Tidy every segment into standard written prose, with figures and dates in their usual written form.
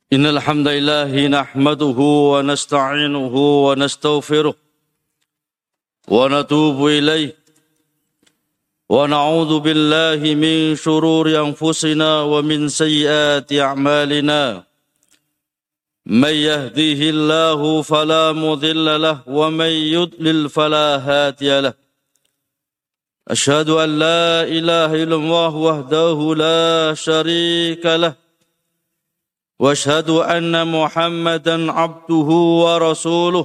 إن الحمد لله نحمده ونستعينه ونستغفره ونتوب إليه ونعوذ بالله من شرور أنفسنا ومن سيئات أعمالنا من يهديه الله فلا مضل له ومن يضلل فلا هادي له أشهد أن لا إله إلا الله وحده لا شريك له واشهد أن محمدا عبده ورسوله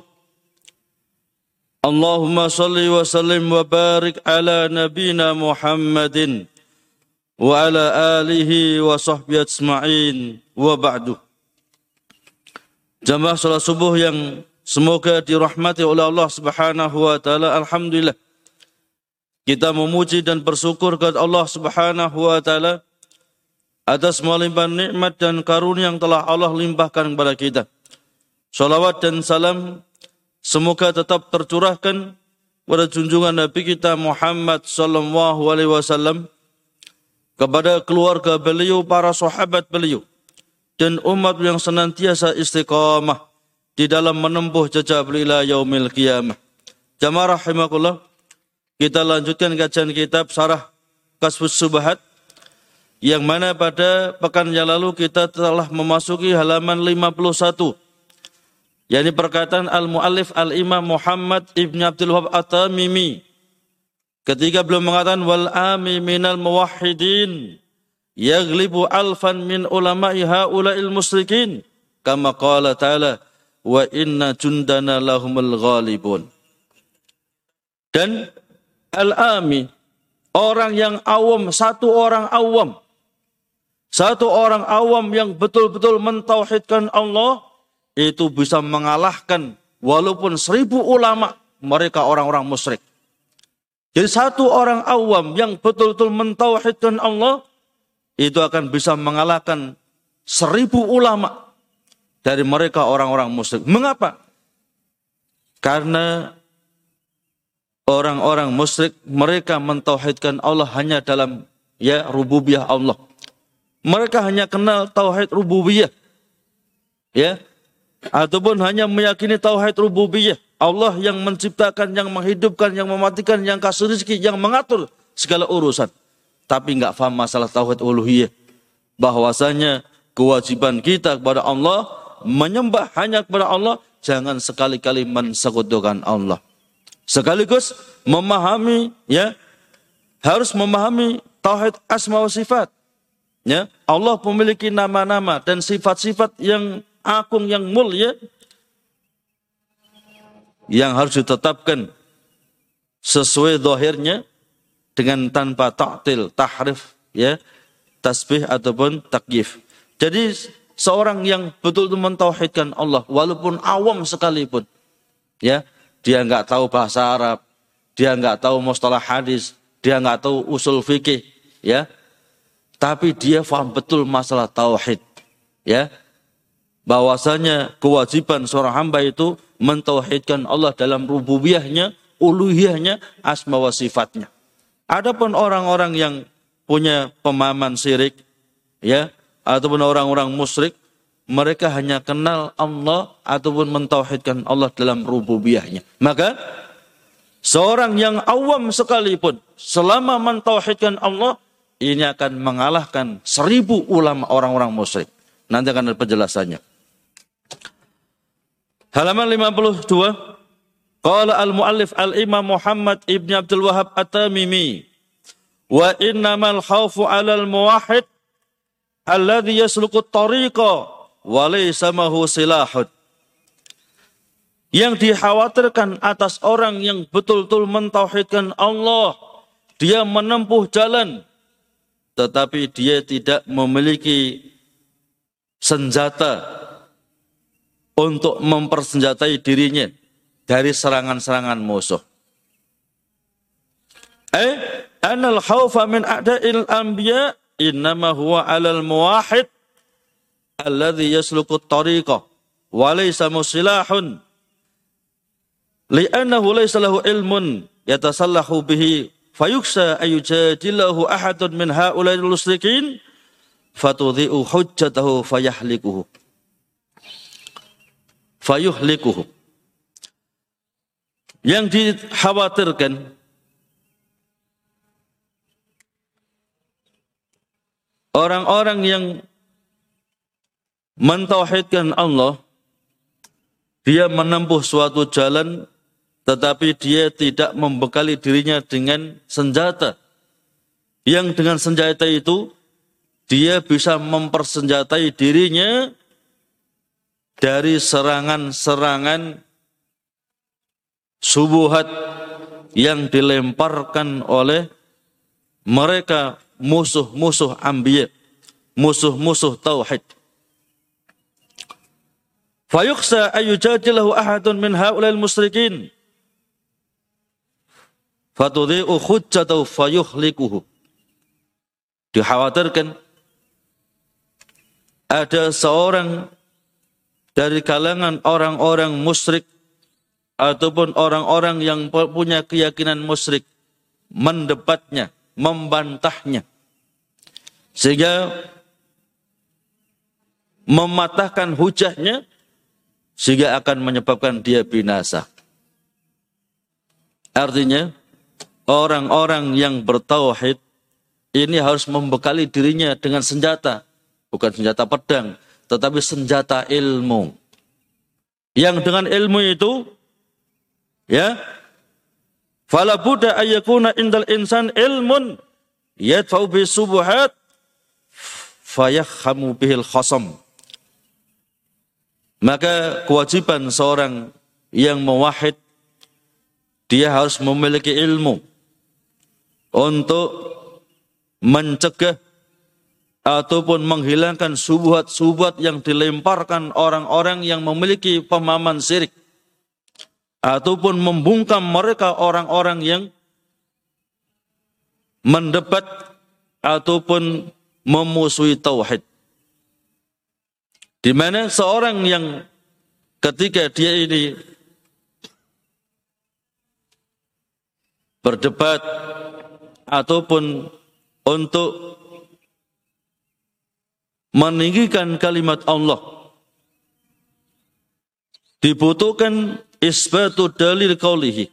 اللهم صل وسلم وبارك على نبينا محمد وعلى آله وصحبه أجمعين وبعد. Jamaah salat subuh yang semoga dirahmati oleh Allah Subhanahu wa taala. Alhamdulillah kita memuji dan bersyukur kepada Allah Subhanahu wa taala atas melimpah nikmat dan karunia yang telah Allah limpahkan kepada kita. Salawat dan salam semoga tetap tercurahkan kepada junjungan Nabi kita Muhammad sallallahu alaihi wasallam, kepada keluarga beliau, para sahabat beliau, dan umat yang senantiasa istiqamah di dalam menempuh jejak beliau ila yaumil qiyamah. Jamaah rahimakumullah, kita lanjutkan kajian kitab Syarah Kashfus Syubhat, yang mana pada pekan yang lalu kita telah memasuki halaman 51, yakni perkataan al-muallif al-imam Muhammad ibn Abdul Wahhab at-Tamimi ketika beliau mengatakan wal ami minal muwahhidin yaghlibu alfan min ulama'i haula'il musyrikin kama qala ta'ala wa inna jundana lahumul ghalibun. Dan al-ami, orang yang awam, satu orang awam yang betul-betul mentauhidkan Allah, itu bisa mengalahkan walaupun 1000 ulama, mereka orang-orang musyrik. Jadi satu orang awam yang betul-betul mentauhidkan Allah, itu akan bisa mengalahkan 1000 ulama dari mereka orang-orang musyrik. Mengapa? Karena orang-orang musyrik mereka mentauhidkan Allah hanya dalam rububiyah Allah. Mereka hanya kenal tauhid rububiyah, ataupun hanya meyakini tauhid rububiyah, Allah yang menciptakan, yang menghidupkan, yang mematikan, yang kasih rezeki, yang mengatur segala urusan. Tapi enggak paham masalah tauhid uluhiyah, bahwasanya kewajiban kita kepada Allah menyembah hanya kepada Allah, jangan sekali-kali mensekutukan Allah. Sekaligus memahami, harus memahami tauhid asma wa sifat. Allah memiliki nama-nama dan sifat-sifat yang agung, yang mulia, yang harus ditetapkan sesuai zahirnya dengan tanpa ta'til, tahrif, tasbih ataupun takyif. Jadi seorang yang betul-betul mentauhidkan Allah walaupun awam sekalipun, dia enggak tahu bahasa Arab, dia enggak tahu mustalah hadis, dia enggak tahu usul fikih, tapi dia faham betul masalah tauhid, bahwasanya kewajiban seorang hamba itu mentauhidkan Allah dalam rububiyahnya, uluhiyahnya, asma wa sifatnya. Adapun orang-orang yang punya pemahaman syirik, ataupun orang-orang musyrik, mereka hanya kenal Allah ataupun mentauhidkan Allah dalam rububiyahnya. Maka seorang yang awam sekalipun selama mentauhidkan Allah, ini akan mengalahkan 1000 ulama orang-orang musyrik. Nanti akan ada penjelasannya. Halaman 52. Qala al-muallif al-imam Muhammad ibn Abdul Wahhab at-Tamimi wa innamal khawfu 'alal muwahhid alladhi yasluku at-tariqa wa laysa mahu silahun. Yang dikhawatirkan atas orang yang betul-betul mentauhidkan Allah, dia menempuh jalan tetapi dia tidak memiliki senjata untuk mempersenjatai dirinya dari serangan-serangan musuh. Anal khawfa min a'da'il anbiya innama huwa 'alal muwahhid alladhi yasluku at-tariqa wa laysa musilahun li'annahu laysa lahu ilmun yatasallahu bihi fayuksa ayujadilahu ahadun min haula'il musyrikin fatudhi'u hujjatahu fayahlikuhu. fayuhlikuhu. Yang dikhawatirkan orang-orang yang mentauhidkan Allah, dia menempuh suatu jalan tetapi dia tidak membekali dirinya dengan senjata. Yang dengan senjata itu dia bisa mempersenjatai dirinya dari serangan-serangan subuhat yang dilemparkan oleh mereka musuh-musuh anbiya, musuh-musuh tauhid. Fayukhsa ayyujadilahu ahadun min haula'il musyrikin fatudhi'u hujjatahu fayuhlikuhu. Dikhawatirkan ada seorang dari kalangan orang-orang musyrik ataupun orang-orang yang punya keyakinan musyrik mendebatnya, membantahnya, sehingga mematahkan hujahnya, sehingga akan menyebabkan dia binasa. Artinya orang-orang yang bertauhid ini harus membekali dirinya dengan senjata, bukan senjata pedang, tetapi senjata ilmu. Yang dengan ilmu itu, ya, fala budda ayyakuna indal insan ilmun yadfa'u bis subuhat fayakhamu bihil khasam. Maka kewajiban seorang yang muwahhid, dia harus memiliki ilmu untuk mencegah ataupun menghilangkan subuhat-subuhat yang dilemparkan orang-orang yang memiliki pemahaman syirik, ataupun membungkam mereka orang-orang yang mendebat ataupun memusuhi tauhid. Di mana seorang yang ketika dia ini berdebat ataupun untuk meninggikan kalimat Allah, dibutuhkan isbatu dalil qaulihi,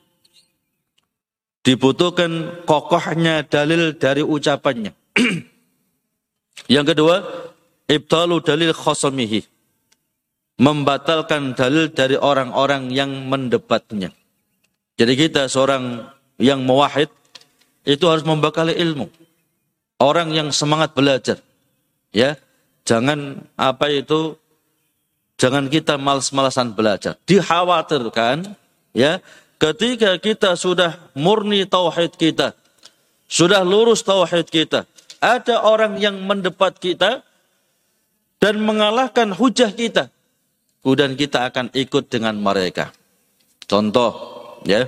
dibutuhkan kokohnya dalil dari ucapannya. Yang kedua, ibtalu dalil khasamihi, membatalkan dalil dari orang-orang yang mendebatnya. Jadi kita seorang yang muwahhid itu harus membekali ilmu. Orang yang semangat belajar, ya, jangan jangan kita malas-malasan belajar. Dikhawatirkan, ya, ketika kita sudah murni tauhid kita, sudah lurus tauhid kita, ada orang yang mendebat kita dan mengalahkan hujah kita, kemudian kita akan ikut dengan mereka. Contoh, ya,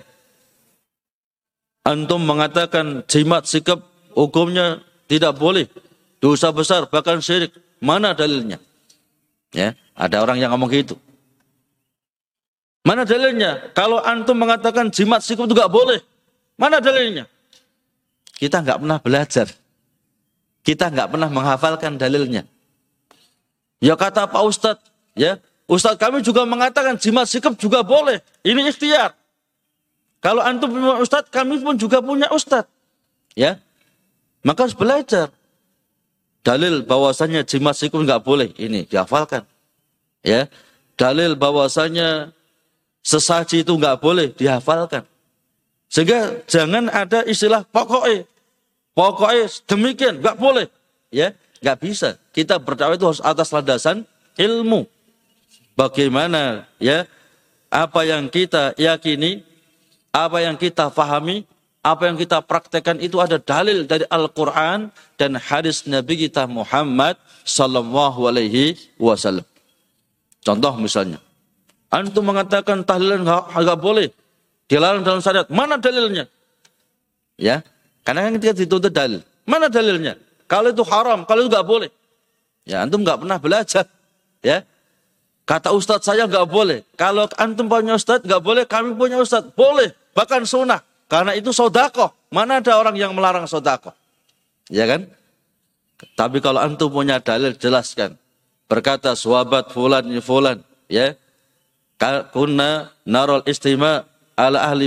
antum mengatakan jimat sikap hukumnya tidak boleh, dosa besar, bahkan syirik. Mana dalilnya? Ya, ada orang yang ngomong gitu. Mana dalilnya? Kalau antum mengatakan jimat sikap itu nggak boleh, mana dalilnya? Kita nggak pernah belajar, kita nggak pernah menghafalkan dalilnya. Ya kata Pak Ustadz, ya, Ustadz kami juga mengatakan jimat sikap juga boleh. Ini ikhtiar. Kalau antum punya Ustadz, kami pun juga punya Ustadz. Ya, maka harus belajar. Dalil bahwasanya jimat sikap nggak boleh, ini dihafalkan. Ya, dalil bahwasanya sesaji itu nggak boleh, dihafalkan. Sehingga jangan ada istilah pokoknya demikian, nggak boleh. Ya, nggak bisa. Kita berdakwah itu harus atas landasan ilmu. Bagaimana, ya, apa yang kita yakini, apa yang kita fahami, apa yang kita praktekkan itu ada dalil dari Al-Quran dan hadis Nabi kita Muhammad sallallahu alaihi wasallam. Contoh misalnya, antum mengatakan tahlilan nggak boleh, dilarang dalam syariat. Mana dalilnya? Ya, karena kan kita dituntut dalil. Mana dalilnya? Kalau itu haram, kalau itu nggak boleh. Ya, antum nggak pernah belajar. Ya, kata ustadz saya nggak boleh. Kalau antum punya ustadz nggak boleh, kami punya ustadz boleh. Bahkan sunnah, karena itu sodakoh. Mana ada orang yang melarang sodakoh? Ya kan? Tapi kalau antum punya dalil, jelaskan. Berkata sahabat fulan, ya, kunna naral istima ala ahli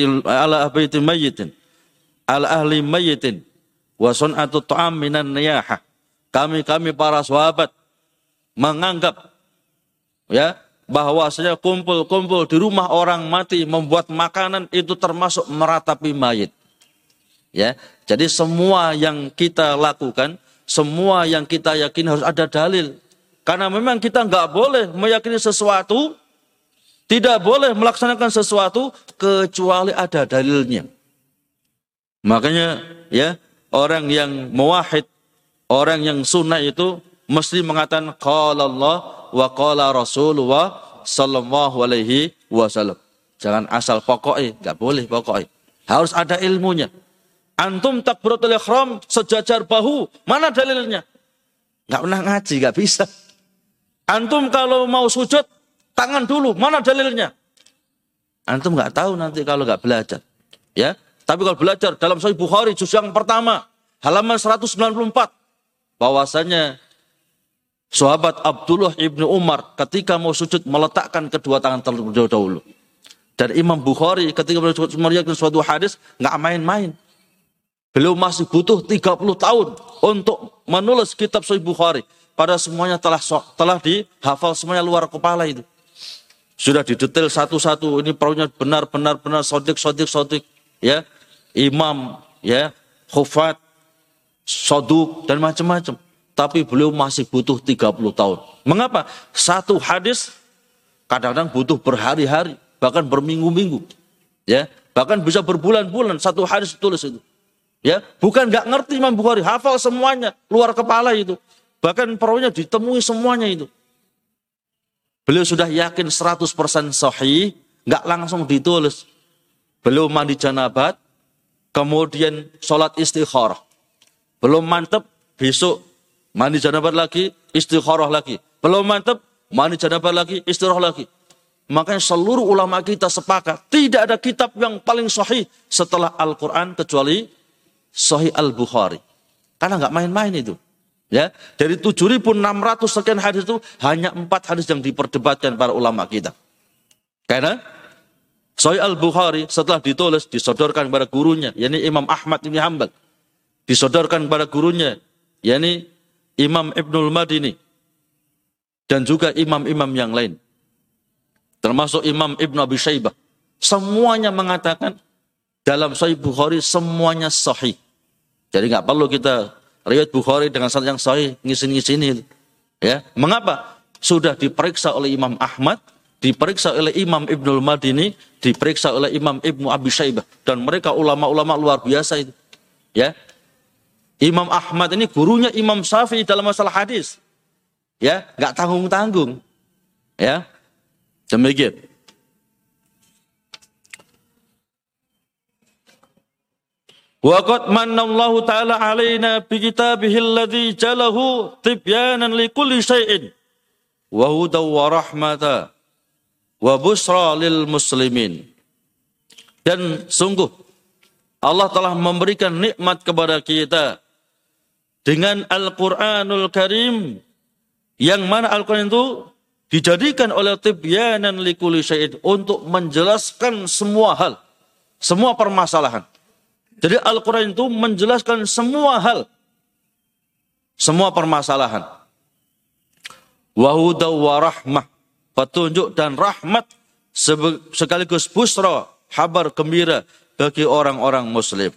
mayyitin ala ahli mayyitin wa sun'atu ta'am minan niyaha. Kami para sahabat menganggap ya bahwasanya kumpul-kumpul di rumah orang mati membuat makanan itu termasuk meratapi mayit. Ya, jadi semua yang kita lakukan, semua yang kita yakini harus ada dalil. Karena memang kita nggak boleh meyakini sesuatu, tidak boleh melaksanakan sesuatu kecuali ada dalilnya. Makanya ya orang yang muwahhid, orang yang sunnah itu mesti mengatakan qala Allah wa qala Rasulullah sallallahu alaihi wasallam. Jangan asal pokoknya, nggak boleh pokoknya. Harus ada ilmunya. Antum takbiratul ihram sejajar bahu, mana dalilnya? Nggak pernah ngaji, nggak bisa. Antum kalau mau sujud, tangan dulu, mana dalilnya? Antum nggak tahu nanti kalau nggak belajar. Ya, tapi kalau belajar dalam Sahih Bukhari juz yang pertama, halaman 194, bahwasanya sahabat Abdullah ibnu Umar ketika mau sujud meletakkan kedua tangan terlebih dahulu. Dan Imam Bukhari ketika meriwayatkan suatu hadis nggak main-main. Beliau masih butuh 30 tahun untuk menulis kitab Sahih Bukhari. Padahal semuanya telah dihafal semuanya luar kepala itu. Sudah didetail satu-satu. Ini perawinya benar sodik. Ya, imam, ya, khufat, soduk, dan macam-macam. Tapi beliau masih butuh 30 tahun. Mengapa? Satu hadis kadang-kadang butuh berhari-hari, bahkan berminggu-minggu. Ya, bahkan bisa berbulan-bulan satu hadis tulis itu. Ya, bukan nggak ngerti Imam Bukhari, hafal semuanya, luar kepala itu. Bahkan perawinya ditemui semuanya itu. Beliau sudah yakin 100% sahih, nggak langsung ditulis. Beliau mandi janabat, kemudian sholat istikharah. Belum mantep, besok mandi janabat lagi, istikharah lagi. Belum mantep, mandi janabat lagi, istikharah lagi. Makanya seluruh ulama kita sepakat, tidak ada kitab yang paling sahih setelah Al-Quran kecuali Sahih Al-Bukhari. Karena nggak main-main itu. Ya, dari 7.600 sekian hadis itu hanya 4 hadis yang diperdebatkan para ulama kita. Karena Sahih Al-Bukhari setelah ditulis disodorkan kepada gurunya, yakni Imam Ahmad bin Hanbal. Disodorkan kepada gurunya, yakni Imam Ibnul Madini. Dan juga imam-imam yang lain. Termasuk Imam Ibn Abi Syaibah. Semuanya mengatakan dalam Sahih Bukhari semuanya sahih. Jadi nggak perlu kita riwayat Bukhari dengan sanad yang sahih ngisin-ngisini. Ya, mengapa? Sudah diperiksa oleh Imam Ahmad, diperiksa oleh Imam Ibnul Madini, diperiksa oleh Imam Ibnu Abi Syaibah, dan mereka ulama-ulama luar biasa itu. Ya, Imam Ahmad ini gurunya Imam Syafi'i dalam masalah hadis. Ya, nggak tanggung-tanggung. Ya, demikian. Wa qad manallahu ta'ala 'alaina bi kitabihi alladzi jalahu tibyanan likulli syai'in wa hudaw wa rahmata wa busra lil muslimin. Dan sungguh Allah telah memberikan nikmat kepada kita dengan Al-Qur'anul Karim, yang mana Al-Qur'an itu dijadikan oleh tibyanan likulli syai'in untuk menjelaskan semua hal, semua permasalahan. Jadi Al-Quran itu menjelaskan semua hal, semua permasalahan. Wa hudaw wa rahmah, petunjuk dan rahmat, sekaligus busra, kabar gembira bagi orang-orang muslim.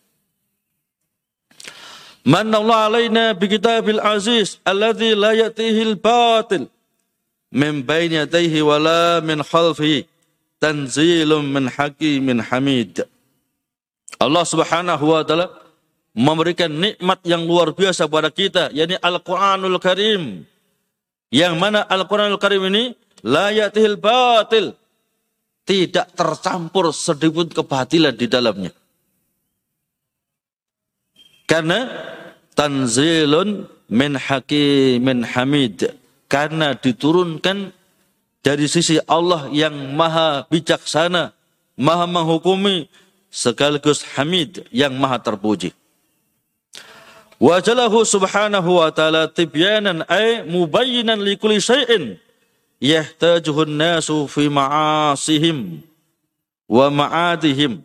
Manallahu alaina bi kitabil aziz alladzi la ya'tihi al-batil min bayni yadayhi wa la min khalfihi tanzilun min hakimin hamid. Allah Subhanahu wa taala memberikan nikmat yang luar biasa kepada kita, yakni Al-Qur'anul Karim. Yang mana Al-Qur'anul Karim ini la ya'tihil batil, tidak tercampur sedikit kebatilan di dalamnya. Karena tanzilun min hakimin hamid, karena diturunkan dari sisi Allah yang maha bijaksana, maha menghukumi, sekaligus hamid, yang maha terpuji. Wa jalahu subhanahu wa ta'ala tibyanan ay mubayyinan likulli syai'in, yahtajuhun nasu fi ma'asihim wa ma'adihim.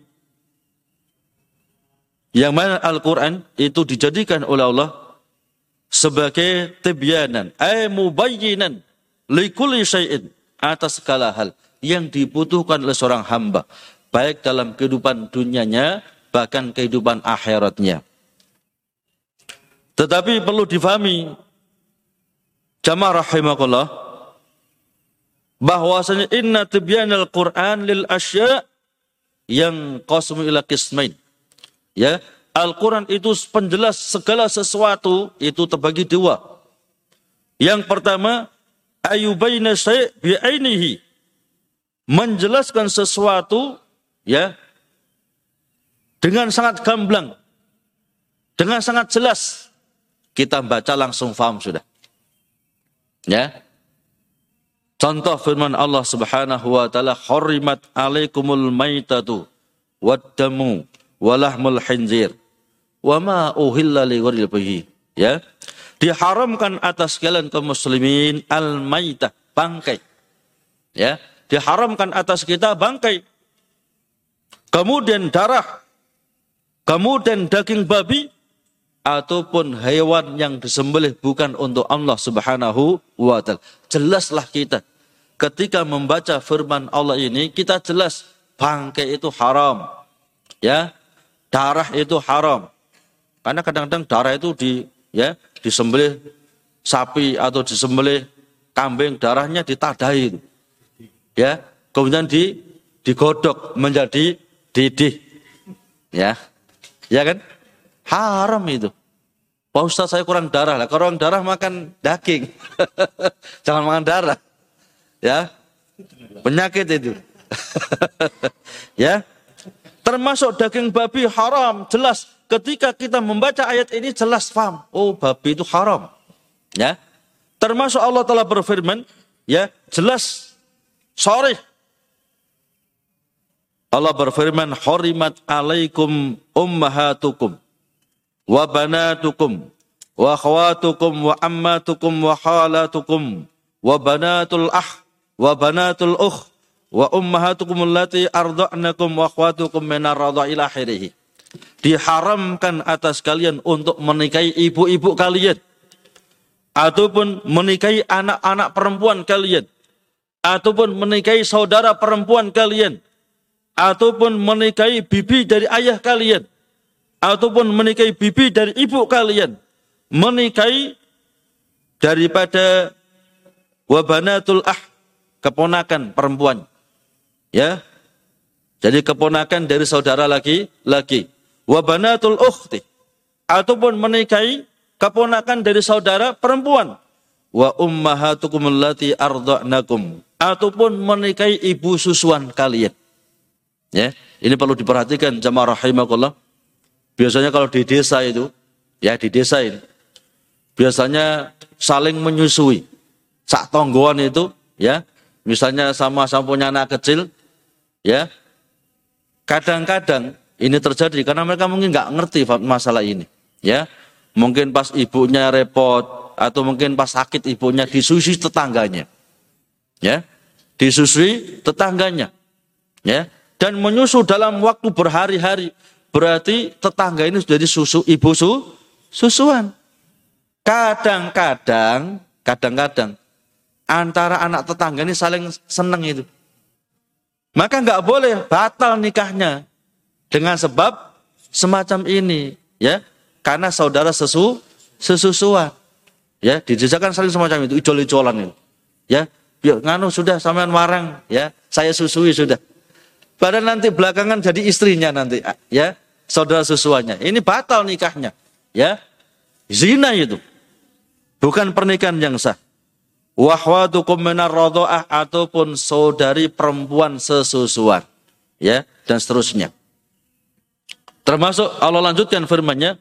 Yang mana Al-Quran itu dijadikan oleh Allah sebagai tibyanan, mubayyinan likulli syai'in, atas segala hal yang dibutuhkan oleh seorang hamba, baik dalam kehidupan dunianya, bahkan kehidupan akhiratnya. Tetapi perlu difahami, jamaah rahimakumullah, bahwasanya inna tibyanal Qur'an lil asya' yang qasmu ila qismain. Ya, Al-Quran itu penjelas segala sesuatu itu terbagi dua. Yang pertama, ayubayna syai' bi'ainihi, menjelaskan sesuatu ya dengan sangat gamblang, dengan sangat jelas. Kita baca langsung paham sudah. Ya. Contoh firman Allah Subhanahu wa taala, "Hurrimat 'alaikumul maitatu wad-damu walahmul khinzir wa ma uhilla li ghairil bihi." Ya. Diharamkan atas kalian kaum muslimin al-maitah, bangkai. Ya, diharamkan atas kita bangkai. Kemudian darah, kemudian daging babi ataupun hewan yang disembelih bukan untuk Allah Subhanahu wa taala. Jelaslah kita ketika membaca firman Allah ini, kita jelas bangkai itu haram. Ya, darah itu haram. Karena kadang-kadang darah itu disembelih sapi atau disembelih kambing, darahnya ditadai itu. Ya, kemudian digodok menjadi didih. Ya. Ya kan? Haram itu. Pak Ustaz, saya kurang darah lah. Kalau kurang darah makan daging. Jangan makan darah. Ya. Penyakit itu. Ya. Termasuk daging babi haram, jelas. Ketika kita membaca ayat ini jelas paham. Oh, babi itu haram. Ya. Termasuk Allah telah berfirman, ya, jelas sharih. Allah berfirman, "Hurimat 'alaikum ummahatukum wa banatukum wa akhwatukum wa ammatukum wa khalatukum wa banatul ukh wa ummahatukum allati arda'nakum wa akhwatukum minar radha' ila akhirih." Diharamkan atas kalian untuk menikahi ibu-ibu kalian ataupun menikahi anak-anak perempuan kalian ataupun menikahi saudara perempuan kalian ataupun menikahi bibi dari ayah kalian ataupun menikahi bibi dari ibu kalian, menikahi daripada wabanatul keponakan perempuan. Ya. Jadi keponakan dari saudara laki-laki. Wabanatul ukhti, ataupun menikahi keponakan dari saudara perempuan. Wa ummahatukum allati arda'nakum, ataupun menikahi ibu susuan kalian. Ya, ini perlu diperhatikan jamaah rahimakumullah. Biasanya kalau di desa itu, ya di desa ini, biasanya saling menyusui. Sak tonggoan itu, ya, misalnya sama-sama punya anak kecil, ya, kadang-kadang ini terjadi karena mereka mungkin nggak ngerti masalah ini, ya. Mungkin pas ibunya repot atau mungkin pas sakit ibunya disusui tetangganya, ya, disusui tetangganya, ya, dan menyusu dalam waktu berhari-hari. Berarti tetangga ini sudah disusu ibu susuan. Kadang-kadang antara anak tetangga ini saling seneng itu. Maka nggak boleh batal nikahnya dengan sebab semacam ini, ya, karena saudara sesusuan, ya, dijejakan saling semacam itu, ijol-ijolan itu, ya, biar nganu sudah sampean warang, ya, saya susui sudah. Padahal nanti belakangan jadi istrinya nanti, ya, saudara susuannya. Ini batal nikahnya, ya, zina itu, bukan pernikahan yang sah. Wahwatukum minar radha'ah, ataupun saudari perempuan sesusuan, ya, dan seterusnya. Termasuk Allah lanjutkan firman-Nya,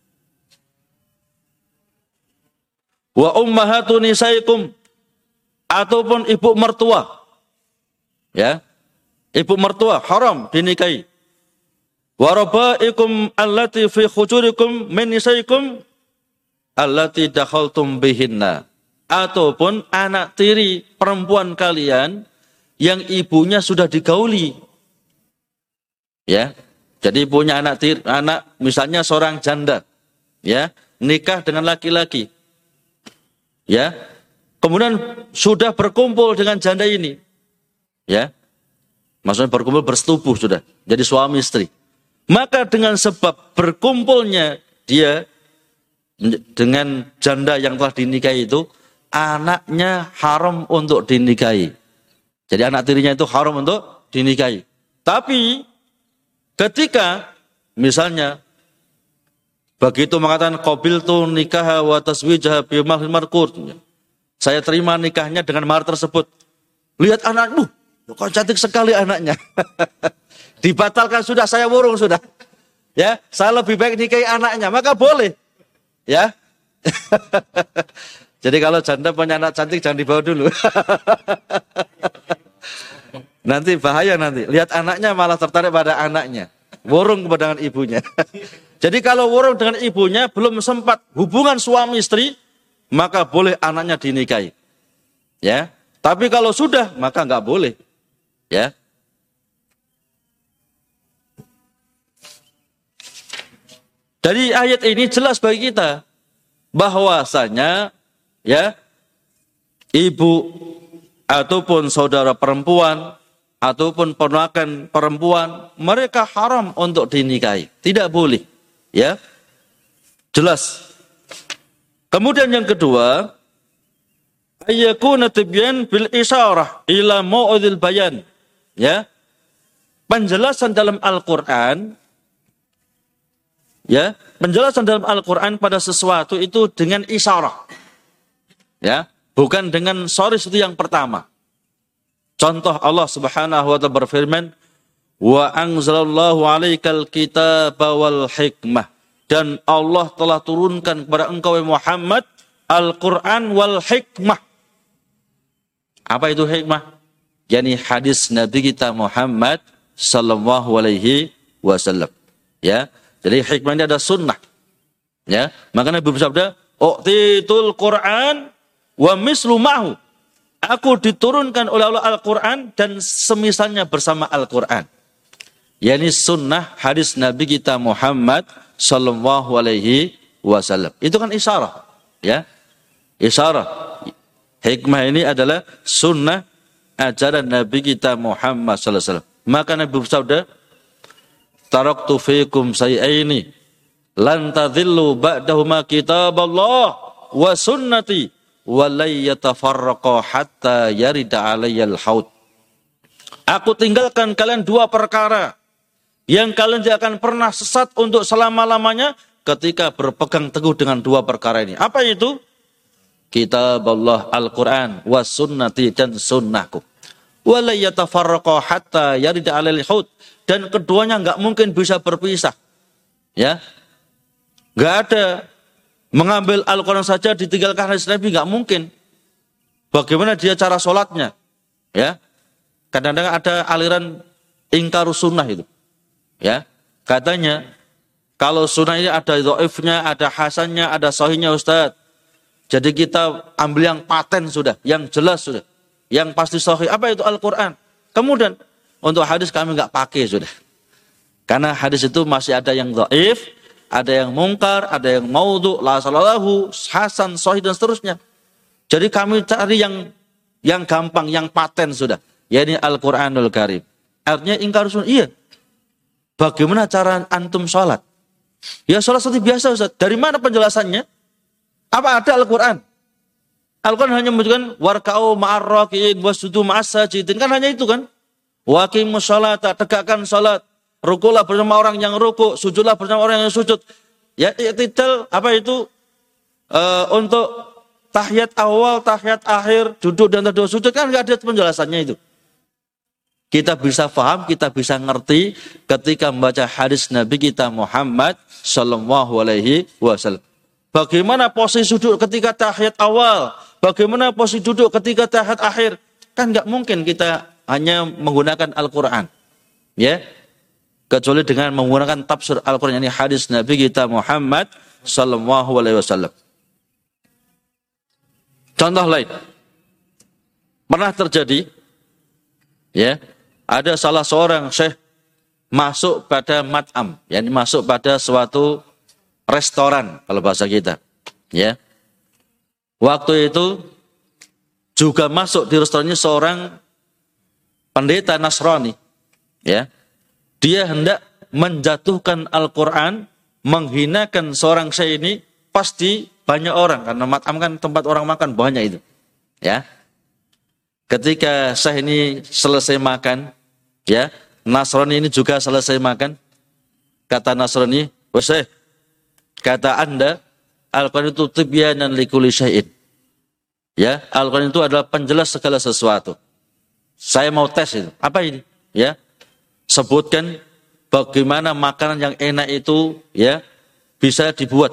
wa ummahatu nisaikum, ataupun ibu mertua, ya, ibu mertua haram dinikahi. Wa rabaikum allati fi khujurikum min nisaikum allati dakhaltum bihinna, ataupun anak tiri perempuan kalian yang ibunya sudah digauli. Ya. Jadi punya anak tiri, anak misalnya seorang janda, ya, nikah dengan laki-laki. Ya. Kemudian sudah berkumpul dengan janda ini. Ya. Maksudnya berkumpul bersetubuh sudah. Jadi suami istri. Maka dengan sebab berkumpulnya dia dengan janda yang telah dinikahi itu, anaknya haram untuk dinikahi. Jadi anak tirinya itu haram untuk dinikahi. Tapi ketika misalnya begitu mengatakan qabiltu nikaha wa taswijaha bi mahlil marqud, saya terima nikahnya dengan mahar tersebut. Lihat anakmu, kok cantik sekali anaknya. Dibatalkan sudah, saya wurung sudah. Ya, saya lebih baik nikahi anaknya, maka boleh. Ya. Jadi kalau janda punya anak cantik jangan dibawa dulu. Nanti bahaya nanti. Lihat anaknya malah tertarik pada anaknya. Wurung kepada ibunya. Jadi kalau wurung dengan ibunya belum sempat hubungan suami istri, maka boleh anaknya dinikahi. Ya. Tapi kalau sudah maka enggak boleh. Ya. Dari ayat ini jelas bagi kita bahwasanya ya ibu ataupun saudara perempuan ataupun ponakan perempuan mereka haram untuk dinikahi, tidak boleh, ya. Jelas. Kemudian yang kedua, ayyakuna tibyan bil isyarah ila mau'idil bayan, ya. Penjelasan dalam Al-Qur'an, ya, penjelasan dalam Al-Quran pada sesuatu itu dengan isyarah. Ya, bukan dengan soris itu yang pertama. Contoh Allah Subhanahu wa taala berfirman, "Wa anzalallahu 'alaikal kitaba wal hikmah." Dan Allah telah turunkan kepada engkau Muhammad Al-Quran wal hikmah. Apa itu hikmah? Yani hadis Nabi kita Muhammad sallallahu alaihi wasallam. Ya. Jadi hikmah ini ada sunnah. Ya, maka Nabi bersabda, "U'titul Qur'an wa mislu ma'hu." Aku diturunkan oleh Allah Al-Qur'an dan semisalnya bersama Al-Qur'an. Yani sunnah hadis Nabi kita Muhammad sallallahu alaihi wasallam. Itu kan isyarah, ya. Isyarah. Hikmah ini adalah sunnah ajaran Nabi kita Muhammad sallallahu alaihi wasallam. Maka Nabi bersabda, "Taraktu fiikum sayyaini lan tadhillu ba'dahuma kitaballah wa sunnati wa la yatafarraqa hatta yarida 'alayyal haud." Aku tinggalkan kalian dua perkara yang kalian tidak akan pernah sesat untuk selama-lamanya ketika berpegang teguh dengan dua perkara ini. Apa itu? Kitaballah Al-Qur'an wa sunnati, dan sunnahku. Wa la yatafarraqa hatta yarida 'alayyal haud. Dan keduanya nggak mungkin bisa berpisah, ya, nggak ada mengambil Al-Quran saja ditinggalkan hadis Nabi, nggak mungkin. Bagaimana dia cara sholatnya, ya? Kadang-kadang ada aliran ingkarus sunnah itu, ya. Katanya kalau sunnah ini ada dhaifnya, ada hasannya, ada sahihnya Ustaz. Jadi kita ambil yang paten sudah, yang jelas sudah, yang pasti sahih. Apa itu Al-Quran? Kemudian untuk hadis kami nggak pakai sudah. Karena hadis itu masih ada yang dhaif, ada yang mungkar, ada yang maudhu, la salalahu, hasan, sahih dan seterusnya. Jadi kami cari yang gampang, yang paten sudah. Yakni Al-Qur'anul Karim. Artinya ingkar sunnah. Iya. Bagaimana cara antum sholat? Ya sholat seperti biasa Ustaz. Dari mana penjelasannya? Apa ada Al-Qur'an? Al-Qur'an hanya menunjukkan warka'u ma'ar raki'in wasjudu ma'as sajidin. Kan hanya itu kan? Waqimus sholata, tegakkan salat. Rukulah bersama orang yang ruku, sujudlah bersama orang yang sujud. Ya, i'tidal apa itu? Untuk tahiyat awal, tahiyat akhir, duduk dan terdua sujud kan enggak ada penjelasannya itu. Kita bisa paham, kita bisa ngerti ketika membaca hadis Nabi kita Muhammad sallallahu alaihi wasallam. Bagaimana posisi duduk ketika tahiyat awal? Bagaimana posisi duduk ketika tahiyat akhir? Kan enggak mungkin kita hanya menggunakan Al-Quran, ya, kecuali dengan menggunakan tafsir Al-Quran, ini hadis Nabi kita Muhammad sallallahu alaihi wasallam. Contoh lain. Pernah terjadi, ya, ada salah seorang syekh masuk pada mat'am, yakni masuk pada suatu restoran kalau bahasa kita, ya. Waktu itu juga masuk di restorannya seorang pendeta Nasrani, ya. Dia hendak menjatuhkan Al-Quran, menghinakan seorang syekh ini, pasti banyak orang karena mat'am kan tempat orang makan banyak itu, ya. Ketika syekh ini selesai makan, ya, Nasrani ini juga selesai makan. Kata Nasrani, "Wah syekh, kata Anda Al-Quran itu tibyanan likulli syai'in." Ya, Al-Quran itu adalah penjelas segala sesuatu. Saya mau tes itu. Apa ini? Ya. Sebutkan bagaimana makanan yang enak itu, ya, bisa dibuat.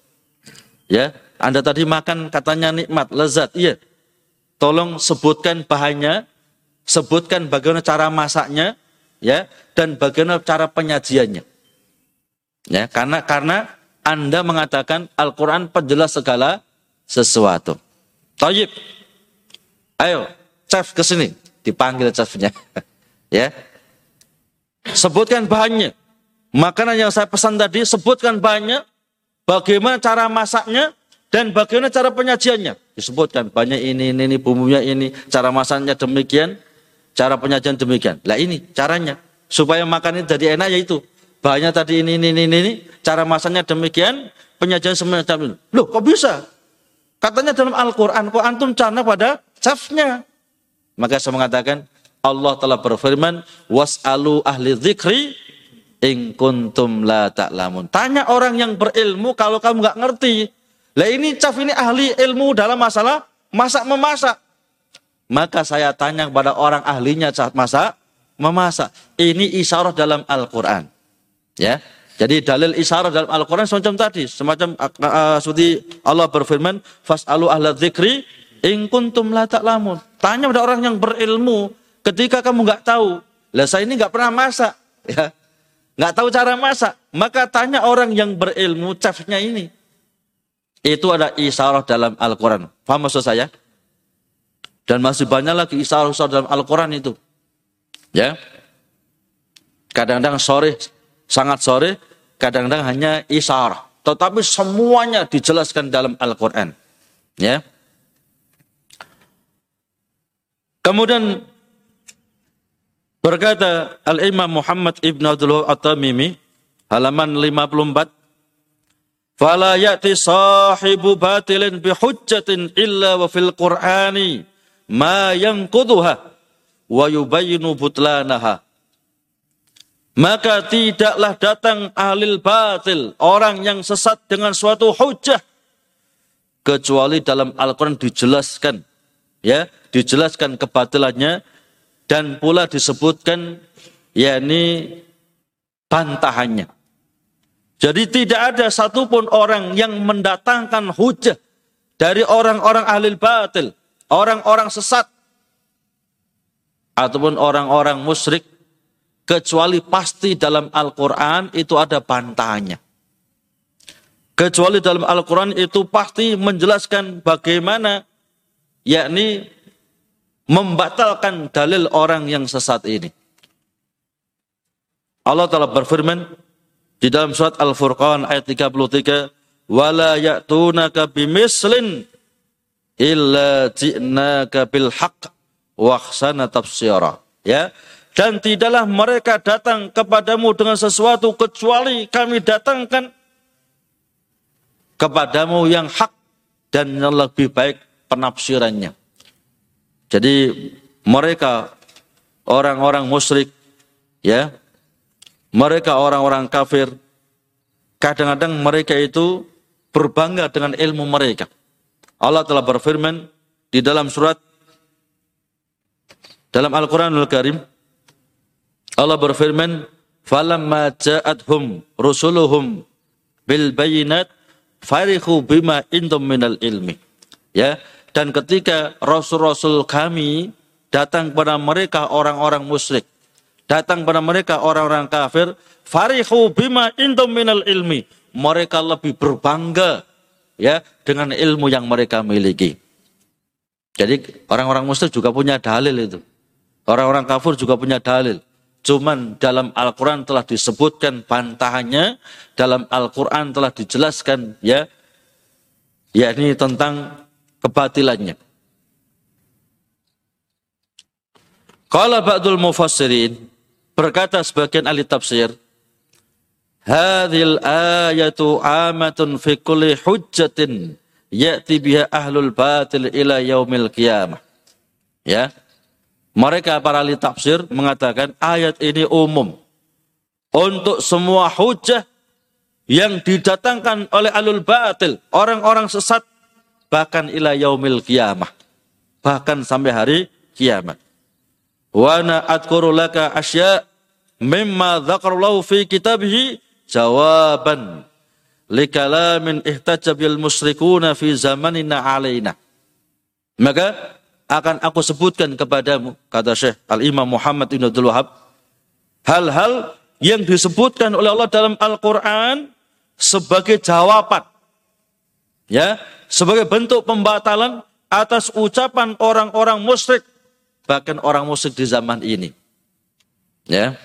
Ya, Anda tadi makan katanya nikmat, lezat, iya. Tolong sebutkan bahannya, sebutkan bagaimana cara masaknya, ya, dan bagaimana cara penyajiannya. Ya, karena Anda mengatakan Al-Quran penjelas segala sesuatu. Tayyib. Ayo, chef ke sini, dipanggil chefnya. Ya. Sebutkan bahannya. Makanan yang saya pesan tadi, sebutkan bahannya, bagaimana cara masaknya, dan bagaimana cara penyajiannya. Disebutkan banyak ini, bumbunya ini, cara masaknya demikian, cara penyajian demikian. Lah ini caranya. Supaya makan ini jadi enak yaitu. Bahannya tadi ini, cara masaknya demikian, penyajian semacam ini. Loh kok bisa? Katanya dalam Al-Quran, kok antum cana pada chefnya. Maka saya mengatakan, Allah telah berfirman, was'alu ahli dzikri in kuntum la ta'lamun. Tanya orang yang berilmu kalau kamu nggak ngerti. Lah ini chef ini ahli ilmu dalam masalah masak-memasak. Maka saya tanya kepada orang ahlinya saat memasak. Ini isyarah dalam Al-Quran. Ya. Jadi dalil isyarah dalam Al-Quran semacam tadi. Semacam seperti Allah berfirman, fas'alu ahla dzikri in kuntum la ta'lamun. Tanya pada orang yang berilmu ketika kamu nggak tahu. Lah saya ini nggak pernah masak. Ya. Nggak tahu cara masak. Maka tanya orang yang berilmu, chefnya ini. Itu ada isyarah dalam Al-Quran. Paham maksud saya? Dan masih banyak lagi isyarah dalam Al-Quran itu. Ya. Kadang-kadang sore, sangat sore, kadang-kadang hanya isyarah. Tetapi semuanya dijelaskan dalam Al-Quran. Ya. Kemudian berkata Al-Imam Muhammad Ibn Abdul Wahab At-Tamimi, halaman 54, fala ya'ti sahibu batilin bihujjatin illa wa fil qur'ani ma yanquduha wa yubayyinu butlanaha. Maka tidaklah datang ahlil batil, orang yang sesat dengan suatu hujjah, kecuali dalam Al-Quran dijelaskan, ya, dijelaskan kebatilannya dan pula disebutkan yakni bantahannya. Jadi tidak ada satupun orang yang mendatangkan hujah dari orang-orang ahlil batil, orang-orang sesat, ataupun orang-orang musyrik, kecuali pasti dalam Al-Quran itu ada bantahannya. Kecuali dalam Al-Quran itu pasti menjelaskan bagaimana yakni membatalkan dalil orang yang sesat ini. Allah Ta'ala berfirman di dalam surat Al-Furqan ayat 33, wala ya'tunaka bimislin illa ji'naka bil haqq wa ahsana tafsira. Ya, dan tidaklah mereka datang kepadamu dengan sesuatu kecuali kami datangkan kepadamu yang hak dan yang lebih baik penafsirannya. Jadi mereka orang-orang musyrik, ya, mereka orang-orang kafir, kadang-kadang mereka itu berbangga dengan ilmu mereka. Allah telah berfirman di dalam surat, dalam Al-Quranul Karim, Allah berfirman, falamma ja'athum rusuluhum bil bayinat farihu bima indum minal ilmi. Ya, dan ketika rasul-rasul kami datang kepada mereka orang-orang musyrik, datang kepada mereka orang-orang kafir, farihu bima indum minal ilmi, mereka lebih berbangga, ya, dengan ilmu yang mereka miliki. Jadi orang-orang musyrik juga punya dalil itu. Orang-orang kafir juga punya dalil. Cuman dalam Al-Quran telah disebutkan bantahannya, dalam Al-Quran telah dijelaskan ya, yakni tentang kebatilannya. Qala ba'dul mufassirin, berkata sebagian ahli tafsir, hadhil ayatu amatun fi kulli hujjatin ya'ti biha ahlul batil ila yaumil qiyamah. Ya. Mereka para ahli tafsir mengatakan ayat ini umum untuk semua hujah yang didatangkan oleh ahlul batil, orang-orang sesat, bahkan ila yaumil qiyamah, bahkan sampai hari kiamat. Wa ana adhkuru laka asya mimma dzakarallahu fi kitabih jawaban likalamin ihtajja bil musyrikuna fi zamanina alaina. Maka akan aku sebutkan kepadamu, kata Syekh Al-Imam Muhammad bin Abdul Wahab, hal-hal yang disebutkan oleh Allah dalam Al-Quran sebagai jawaban, ya, sebagai bentuk pembatalan atas ucapan orang-orang musyrik, bahkan orang musyrik di zaman ini. Ya,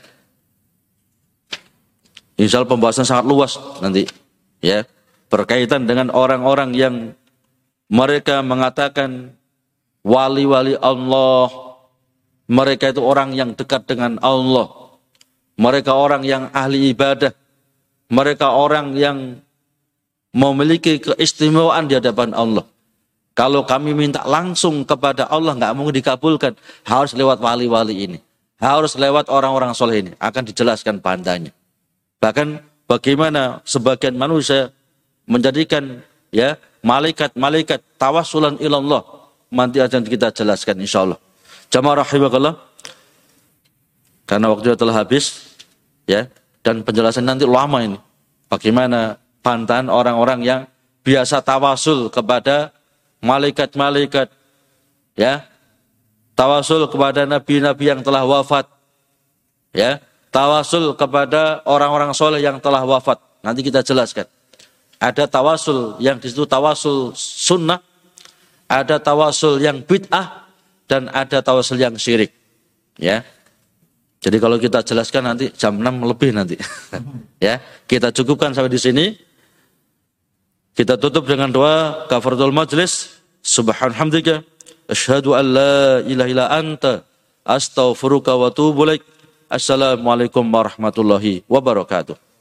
insya Allah pembahasan sangat luas nanti, ya, berkaitan dengan orang-orang yang mereka mengatakan wali-wali Allah, mereka itu orang yang dekat dengan Allah, mereka orang yang ahli ibadah, mereka orang yang memiliki keistimewaan di hadapan Allah. Kalau kami minta langsung kepada Allah nggak mungkin dikabulkan, harus lewat wali-wali ini, harus lewat orang-orang soleh ini, akan dijelaskan bandanya. Bahkan bagaimana sebagian manusia menjadikan ya malaikat-malaikat tawassulan ilallah, nanti akan kita jelaskan insyaallah. Jamaah rahimakallah, karena waktunya telah habis ya, dan penjelasan nanti lama ini. Bagaimana bantahan orang-orang yang biasa tawasul kepada malaikat-malaikat, ya, tawasul kepada nabi-nabi yang telah wafat, ya, tawasul kepada orang-orang soleh yang telah wafat. Nanti kita jelaskan. Ada tawasul yang di situ tawasul sunnah, ada tawasul yang bid'ah, dan ada tawasul yang syirik. Ya. Jadi kalau kita jelaskan nanti jam 6 lebih nanti. Ya, kita cukupkan sampai di sini. Kita tutup dengan doa kafaratul majlis. Subhanallah, asyhadu an la ilaha illa anta, astaghfiruka wa atubu ilaik. Assalamualaikum warahmatullahi wabarakatuh.